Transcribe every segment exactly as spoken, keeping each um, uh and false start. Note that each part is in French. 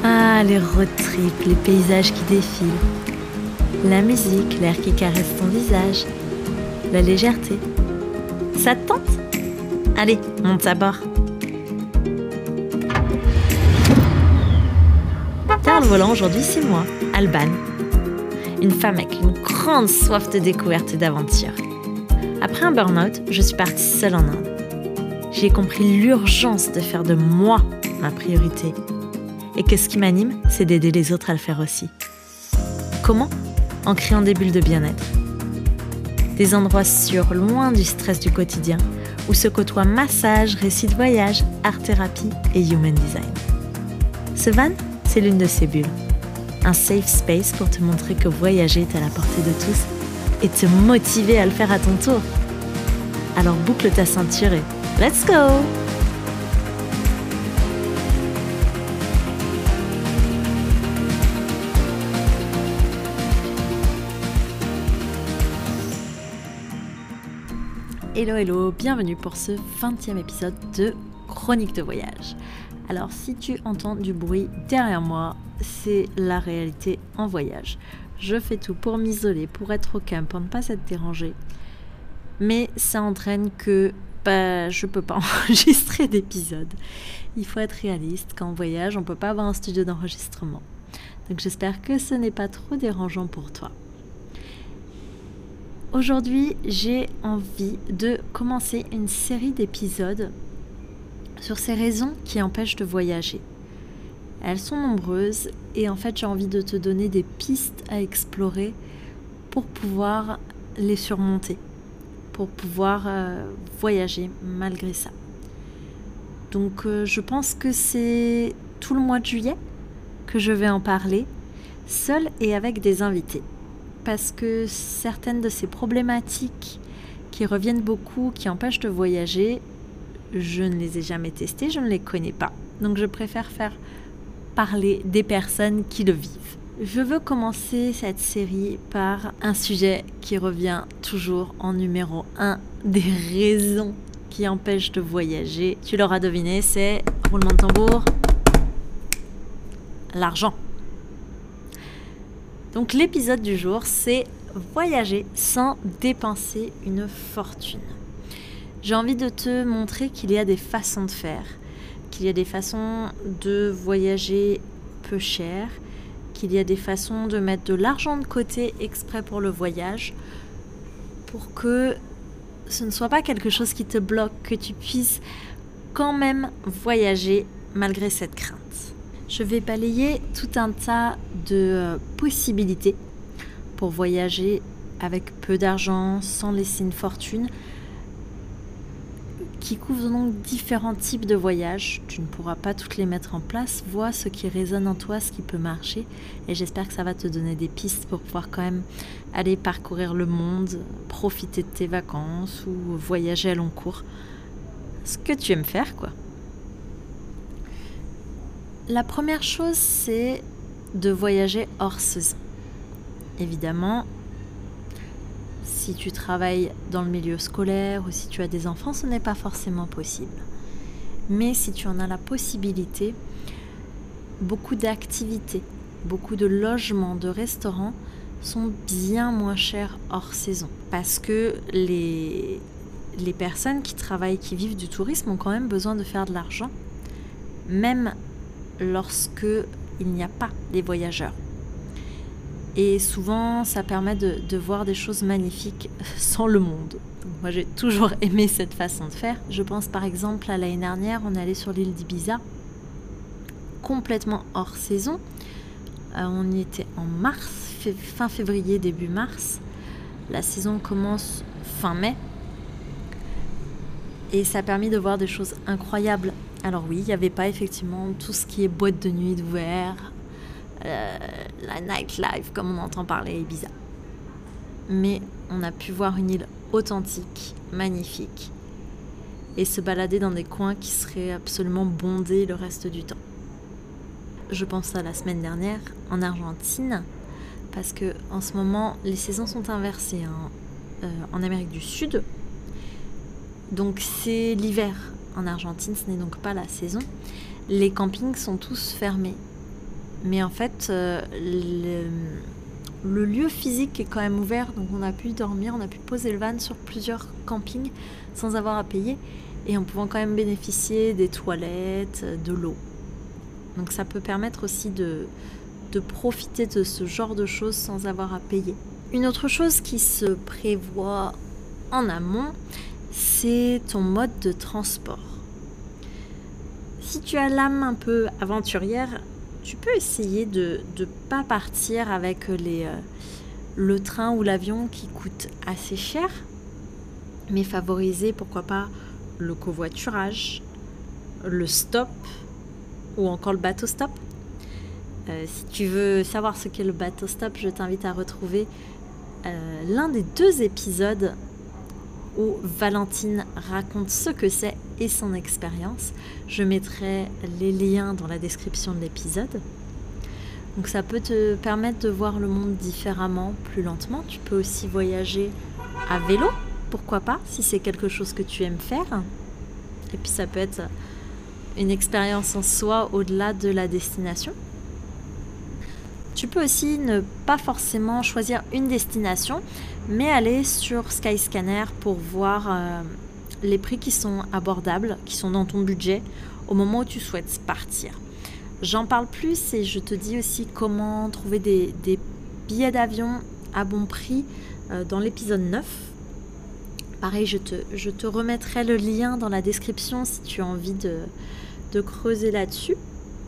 Ah, les road trips, les paysages qui défilent, la musique, l'air qui caresse ton visage, la légèreté. Ça te tente ? Allez, monte à bord. Derrière le volant aujourd'hui, c'est moi, Alban. Une femme avec une grande soif de découverte et d'aventure. Après un burn-out, je suis partie seule en Inde. J'ai compris l'urgence de faire de moi ma priorité. Et que ce qui m'anime, c'est d'aider les autres à le faire aussi. Comment ? En créant des bulles de bien-être. Des endroits sûrs, loin du stress du quotidien, où se côtoient massage, récits de voyage, art-thérapie et human design. Ce van, c'est l'une de ces bulles. Un safe space pour te montrer que voyager est à la portée de tous et te motiver à le faire à ton tour. Alors boucle ta ceinture et let's go! Hello hello, bienvenue pour ce vingtième épisode de Chronique de voyage. Alors si tu entends du bruit derrière moi, c'est la réalité en voyage. Je fais tout pour m'isoler, pour être au calme, pour ne pas être dérangée. Mais ça entraîne que bah, je ne peux pas enregistrer d'épisode. Il faut être réaliste, quand on voyage, on ne peut pas avoir un studio d'enregistrement. Donc j'espère que ce n'est pas trop dérangeant pour toi. Aujourd'hui, j'ai envie de commencer une série d'épisodes sur ces raisons qui empêchent de voyager. Elles sont nombreuses et en fait, j'ai envie de te donner des pistes à explorer pour pouvoir les surmonter, pour pouvoir euh, voyager malgré ça. Donc, euh, je pense que c'est tout le mois de juillet que je vais en parler, seule et avec des invités. Parce que certaines de ces problématiques qui reviennent beaucoup, qui empêchent de voyager, je ne les ai jamais testées, je ne les connais pas. Donc je préfère faire parler des personnes qui le vivent. Je veux commencer cette série par un sujet qui revient toujours en numéro un des raisons qui empêchent de voyager. Tu l'auras deviné, c'est, roulement de tambour, l'argent. Donc l'épisode du jour, c'est voyager sans dépenser une fortune. J'ai envie de te montrer qu'il y a des façons de faire, qu'il y a des façons de voyager peu cher, qu'il y a des façons de mettre de l'argent de côté exprès pour le voyage, pour que ce ne soit pas quelque chose qui te bloque, que tu puisses quand même voyager malgré cette crainte. Je vais balayer tout un tas de possibilités pour voyager avec peu d'argent, sans laisser une fortune, qui couvrent donc différents types de voyages. Tu ne pourras pas toutes les mettre en place. Vois ce qui résonne en toi, ce qui peut marcher. Et j'espère que ça va te donner des pistes pour pouvoir quand même aller parcourir le monde, profiter de tes vacances ou voyager à long cours. Ce que tu aimes faire, quoi. La première chose, c'est de voyager hors saison. Évidemment, si tu travailles dans le milieu scolaire ou si tu as des enfants, ce n'est pas forcément possible. Mais si tu en as la possibilité, beaucoup d'activités, beaucoup de logements, de restaurants sont bien moins chers hors saison. Parce que les, les personnes qui travaillent, qui vivent du tourisme ont quand même besoin de faire de l'argent. Même lorsque il n'y a pas les voyageurs. Et souvent, ça permet de, de voir des choses magnifiques sans le monde. Donc moi, j'ai toujours aimé cette façon de faire. Je pense par exemple à l'année dernière, on est allé sur l'île d'Ibiza, complètement hors saison. Euh, on y était en mars, fin février, début mars. La saison commence fin mai. Et ça a permis de voir des choses incroyables. Alors oui, il n'y avait pas effectivement tout ce qui est boîte de nuit ouvert, euh, la nightlife comme on entend parler à Ibiza. Mais on a pu voir une île authentique, magnifique, et se balader dans des coins qui seraient absolument bondés le reste du temps. Je pense à la semaine dernière en Argentine, parce que en ce moment les saisons sont inversées hein, euh, en Amérique du Sud. Donc c'est l'hiver en Argentine, ce n'est donc pas la saison. Les campings sont tous fermés. Mais en fait, euh, le, le lieu physique est quand même ouvert, donc on a pu dormir, on a pu poser le van sur plusieurs campings sans avoir à payer et en pouvant quand même bénéficier des toilettes, de l'eau. Donc ça peut permettre aussi de, de profiter de ce genre de choses sans avoir à payer. Une autre chose qui se prévoit en amont, c'est ton mode de transport. Si tu as l'âme un peu aventurière, tu peux essayer de ne pas partir avec les, euh, le train ou l'avion qui coûte assez cher, mais favoriser pourquoi pas le covoiturage, le stop ou encore le bateau stop. Euh, si tu veux savoir ce qu'est le bateau stop, je t'invite à retrouver euh, l'un des deux épisodes où Valentine raconte ce que c'est et son expérience. Je mettrai les liens dans la description de l'épisode. Donc ça peut te permettre de voir le monde différemment, plus lentement. Tu peux aussi voyager à vélo, pourquoi pas, si c'est quelque chose que tu aimes faire. Et puis ça peut être une expérience en soi au-delà de la destination. Tu peux aussi ne pas forcément choisir une destination, mais aller sur Skyscanner pour voir euh, les prix qui sont abordables, qui sont dans ton budget au moment où tu souhaites partir. J'en parle plus et je te dis aussi comment trouver des, des billets d'avion à bon prix euh, dans l'épisode neuf. Pareil, je te, je te remettrai le lien dans la description si tu as envie de, de creuser là-dessus.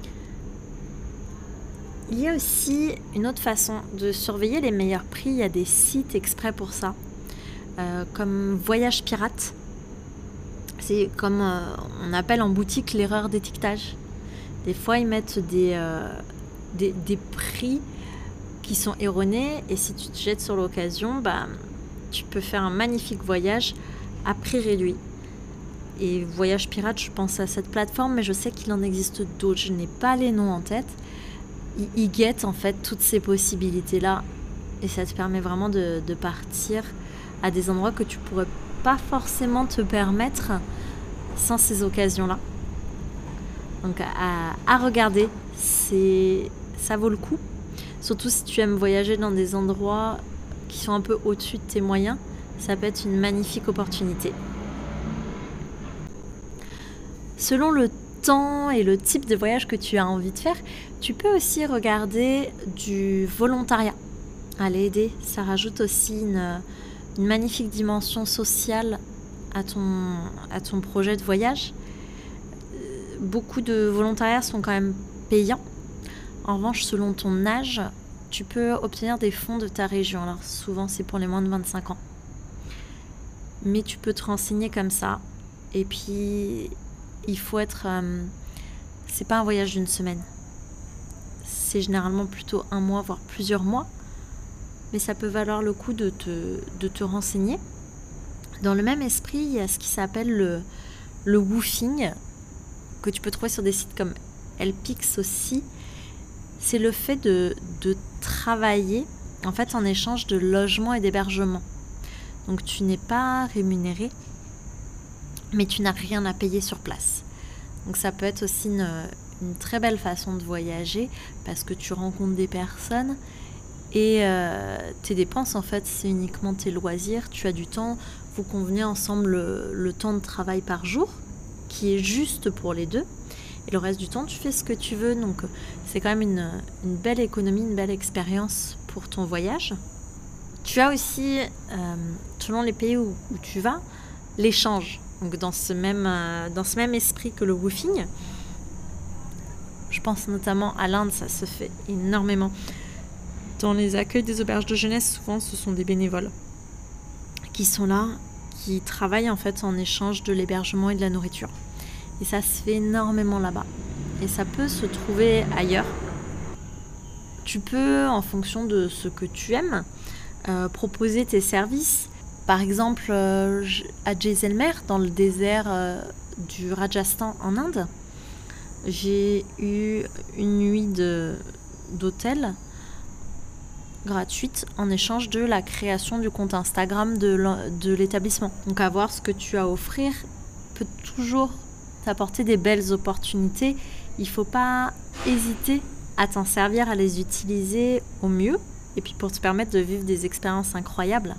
Il y a aussi une autre façon de surveiller les meilleurs prix. Il y a des sites exprès pour ça, euh, comme Voyage Pirate. C'est comme euh, on appelle en boutique l'erreur d'étiquetage. Des fois, ils mettent des, euh, des, des prix qui sont erronés et si tu te jettes sur l'occasion, bah, tu peux faire un magnifique voyage à prix réduit. Et Voyage Pirate, je pense à cette plateforme, mais je sais qu'il en existe d'autres. Je n'ai pas les noms en tête. Ils guettent en fait toutes ces possibilités-là et ça te permet vraiment de, de partir à des endroits que tu pourrais pas forcément te permettre sans ces occasions-là. Donc à, à regarder, c'est, ça vaut le coup. Surtout si tu aimes voyager dans des endroits qui sont un peu au-dessus de tes moyens, ça peut être une magnifique opportunité. Selon le temps et le type de voyage que tu as envie de faire, tu peux aussi regarder du volontariat. Allez aider, ça rajoute aussi une, une magnifique dimension sociale à ton, à ton projet de voyage. Beaucoup de volontariats sont quand même payants. En revanche, selon ton âge, tu peux obtenir des fonds de ta région. Alors souvent, c'est pour les moins de vingt-cinq ans. Mais tu peux te renseigner comme ça. Et puis, il faut être... Euh, c'est pas un voyage d'une semaine. C'est généralement plutôt un mois, voire plusieurs mois. Mais ça peut valoir le coup de te, de te renseigner. Dans le même esprit, il y a ce qui s'appelle le, le woofing, que tu peux trouver sur des sites comme Helpix aussi. C'est le fait de, de travailler en fait en échange de logement et d'hébergement. Donc tu n'es pas rémunéré, mais tu n'as rien à payer sur place. Donc ça peut être aussi une, une très belle façon de voyager parce que tu rencontres des personnes et euh, tes dépenses en fait c'est uniquement tes loisirs. Tu as du temps, vous convenez ensemble le, le temps de travail par jour qui est juste pour les deux. Et le reste du temps, tu fais ce que tu veux. Donc, c'est quand même une, une belle économie, une belle expérience pour ton voyage. Tu as aussi, euh, selon les pays où, où tu vas, l'échange. Donc, dans ce, même, euh, dans ce même esprit que le woofing. Je pense notamment à l'Inde, ça se fait énormément. Dans les accueils des auberges de jeunesse, souvent, ce sont des bénévoles qui sont là, qui travaillent en fait en échange de l'hébergement et de la nourriture. Et ça se fait énormément là-bas. Et ça peut se trouver ailleurs. Tu peux, en fonction de ce que tu aimes, euh, proposer tes services. Par exemple, euh, à Jaisalmer, dans le désert euh, du Rajasthan en Inde, j'ai eu une nuit de, d'hôtel gratuite en échange de la création du compte Instagram de, de l'établissement. Donc, à voir ce que tu as à offrir peut toujours t'apporter des belles opportunités. Il ne faut pas hésiter à t'en servir, à les utiliser au mieux, et puis pour te permettre de vivre des expériences incroyables.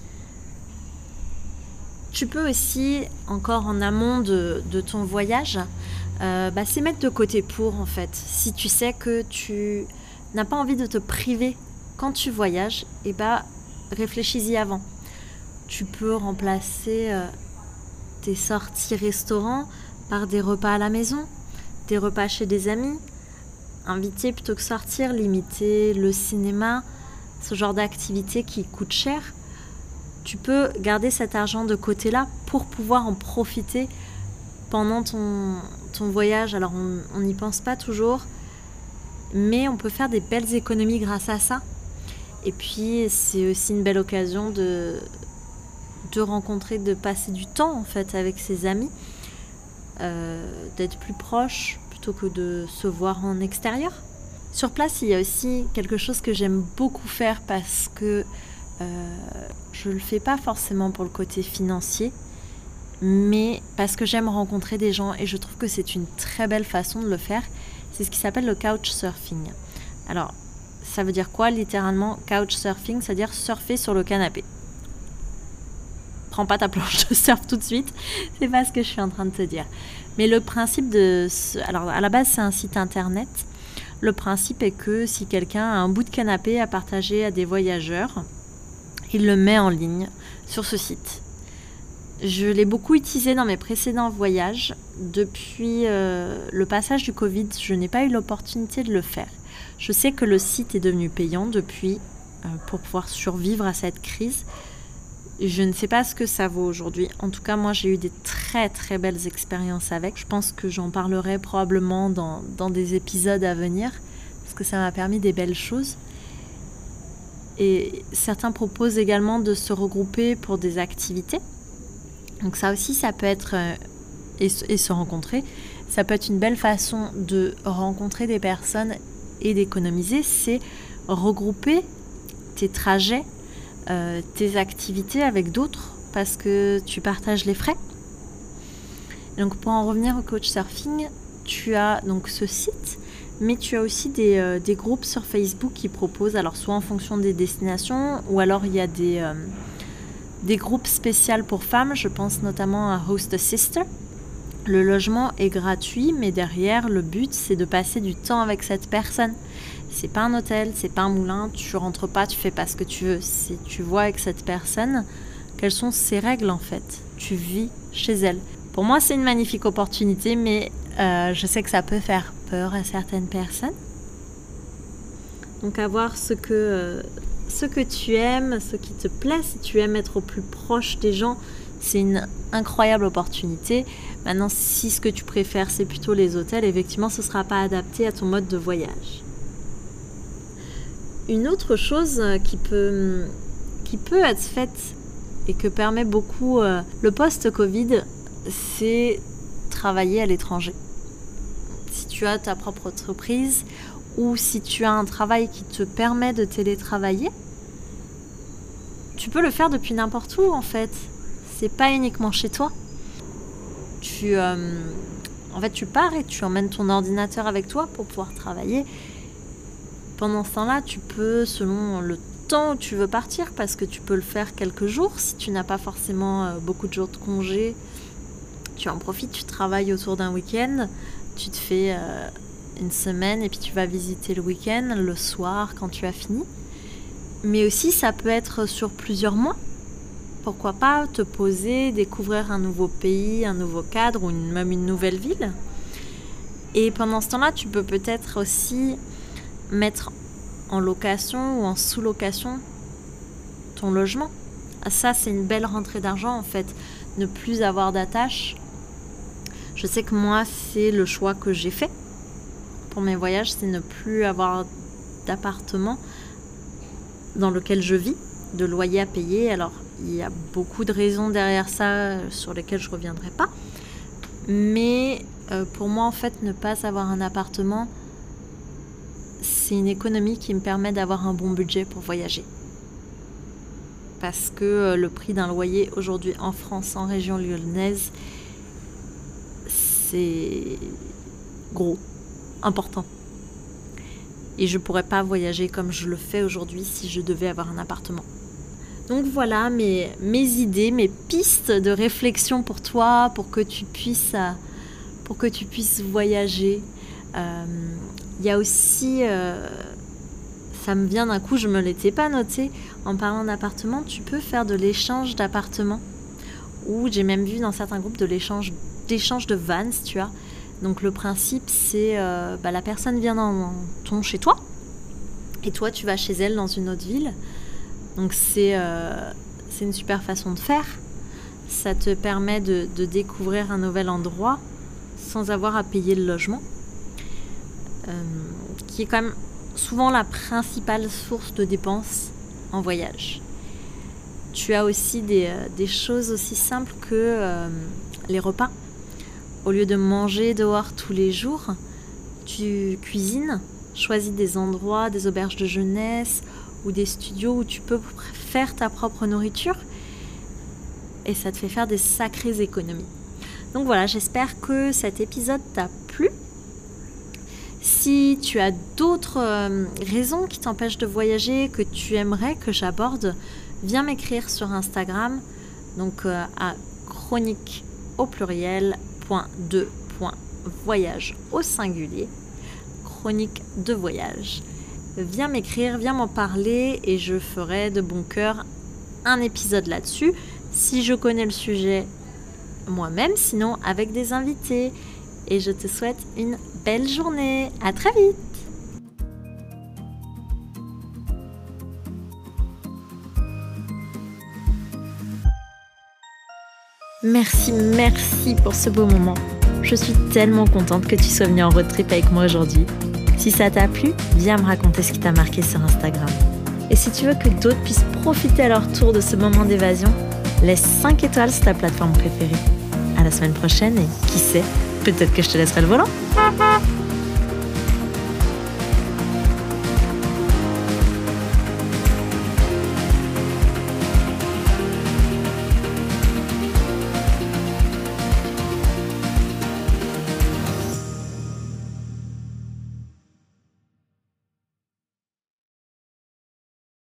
Tu peux aussi, encore en amont de, de ton voyage, euh, bah, c'est mettre de côté pour, en fait. Si tu sais que tu n'as pas envie de te priver quand tu voyages, et bah, réfléchis-y avant. Tu peux remplacer euh, tes sorties restaurants par des repas à la maison, des repas chez des amis, inviter plutôt que sortir, limiter le cinéma, ce genre d'activité qui coûte cher. Tu peux garder cet argent de côté-là pour pouvoir en profiter pendant ton, ton voyage. Alors, on n'y pense pas toujours, mais on peut faire des belles économies grâce à ça. Et puis, c'est aussi une belle occasion de, de rencontrer, de passer du temps, en fait, avec ses amis, euh, d'être plus proche plutôt que de se voir en extérieur. Sur place, il y a aussi quelque chose que j'aime beaucoup faire parce que Euh, je le fais pas forcément pour le côté financier, mais parce que j'aime rencontrer des gens et je trouve que c'est une très belle façon de le faire. C'est ce qui s'appelle le couchsurfing. Alors, ça veut dire quoi littéralement couchsurfing? C'est-à-dire surfer sur le canapé. Prends pas ta planche de surf tout de suite, c'est pas ce que je suis en train de te dire. Mais le principe de... Ce... Alors, à la base, c'est un site internet. Le principe est que si quelqu'un a un bout de canapé à partager à des voyageurs, il le met en ligne sur ce site. Je l'ai beaucoup utilisé dans mes précédents voyages. Depuis euh, le passage du Covid, je n'ai pas eu l'opportunité de le faire. Je sais que le site est devenu payant depuis euh, pour pouvoir survivre à cette crise. Je ne sais pas ce que ça vaut aujourd'hui. En tout cas, moi, j'ai eu des très très belles expériences avec. Je pense que j'en parlerai probablement dans, dans des épisodes à venir parce que ça m'a permis des belles choses. Et certains proposent également de se regrouper pour des activités. Donc ça aussi, ça peut être, euh, et, et se rencontrer, ça peut être une belle façon de rencontrer des personnes et d'économiser. C'est regrouper tes trajets, euh, tes activités avec d'autres parce que tu partages les frais. Et donc pour en revenir au couchsurfing, tu as donc ce site. Mais tu as aussi des, euh, des groupes sur Facebook qui proposent, alors soit en fonction des destinations, ou alors il y a des, euh, des groupes spéciaux pour femmes. Je pense notamment à Host a Sister. Le logement est gratuit, mais derrière, le but, c'est de passer du temps avec cette personne. C'est pas un hôtel, c'est pas un moulin, tu rentres pas, tu fais pas ce que tu veux. C'est tu vois avec cette personne quelles sont ses règles en fait. Tu vis chez elle. Pour moi, c'est une magnifique opportunité, mais euh, je sais que ça peut faire peur à certaines personnes. Donc, à voir ce que, euh, ce que tu aimes, ce qui te plaît. Si tu aimes être au plus proche des gens, c'est une incroyable opportunité. Maintenant, si ce que tu préfères, c'est plutôt les hôtels, effectivement, ce ne sera pas adapté à ton mode de voyage. Une autre chose qui peut, qui peut être faite et que permet beaucoup euh, le post-Covid, c'est travailler à l'étranger. Si tu as ta propre entreprise ou si tu as un travail qui te permet de télétravailler, tu peux le faire depuis n'importe où en fait. C'est pas uniquement chez toi. Tu, euh, en fait, tu pars et tu emmènes ton ordinateur avec toi pour pouvoir travailler. Pendant ce temps-là, tu peux, selon le temps où tu veux partir, parce que tu peux le faire quelques jours, si tu n'as pas forcément euh, beaucoup de jours de congé, tu en profites, tu travailles autour d'un week-end, tu te fais euh, une semaine et puis tu vas visiter le week-end, le soir quand tu as fini. Mais aussi, ça peut être sur plusieurs mois. Pourquoi pas te poser, découvrir un nouveau pays, un nouveau cadre ou une, même une nouvelle ville. Et pendant ce temps-là, tu peux peut-être aussi mettre en location ou en sous-location ton logement. Ça, c'est une belle rentrée d'argent en fait. Ne plus avoir d'attache. Je sais que moi, c'est le choix que j'ai fait pour mes voyages, c'est ne plus avoir d'appartement dans lequel je vis, de loyer à payer. Alors, il y a beaucoup de raisons derrière ça sur lesquelles je ne reviendrai pas. Mais euh, pour moi, en fait, ne pas avoir un appartement, c'est une économie qui me permet d'avoir un bon budget pour voyager. Parce que euh, le prix d'un loyer aujourd'hui en France, en région lyonnaise, c'est gros, important. et je pourrais pas voyager comme je le fais aujourd'hui si je devais avoir un appartement. Donc voilà mes, mes idées, mes pistes de réflexion pour toi, pour que tu puisses, pour que tu puisses voyager. Il euh, y a aussi, euh, ça me vient d'un coup, je me l'étais pas noté, en parlant d'appartement, tu peux faire de l'échange d'appartements, ou j'ai même vu dans certains groupes de l'échange, d'échange de vans, tu vois. Donc le principe c'est, euh, bah, la personne vient dans ton chez toi, et toi tu vas chez elle dans une autre ville. Donc c'est, euh, c'est une super façon de faire. Ça te permet de, de découvrir un nouvel endroit sans avoir à payer le logement, euh, qui est quand même souvent la principale source de dépenses en voyage. Tu as aussi des, euh, des choses aussi simples que euh, les repas. Au lieu de manger dehors tous les jours, tu cuisines, choisis des endroits, des auberges de jeunesse ou des studios où tu peux faire ta propre nourriture et ça te fait faire des sacrées économies. Donc voilà, j'espère que cet épisode t'a plu. Si tu as d'autres euh, raisons qui t'empêchent de voyager, que tu aimerais que j'aborde, viens m'écrire sur Instagram, donc euh, à chronique au pluriel, point de, point voyage au singulier, chronique de voyage. Viens m'écrire, viens m'en parler et je ferai de bon cœur un épisode là-dessus, si je connais le sujet moi-même, sinon avec des invités. Et je te souhaite une belle journée. À très vite! Merci, merci pour ce beau moment. Je suis tellement contente que tu sois venue en road trip avec moi aujourd'hui. Si ça t'a plu, viens me raconter ce qui t'a marqué sur Instagram. Et si tu veux que d'autres puissent profiter à leur tour de ce moment d'évasion, laisse cinq étoiles sur ta plateforme préférée. À la semaine prochaine et qui sait, peut-être que je te laisserai le volant.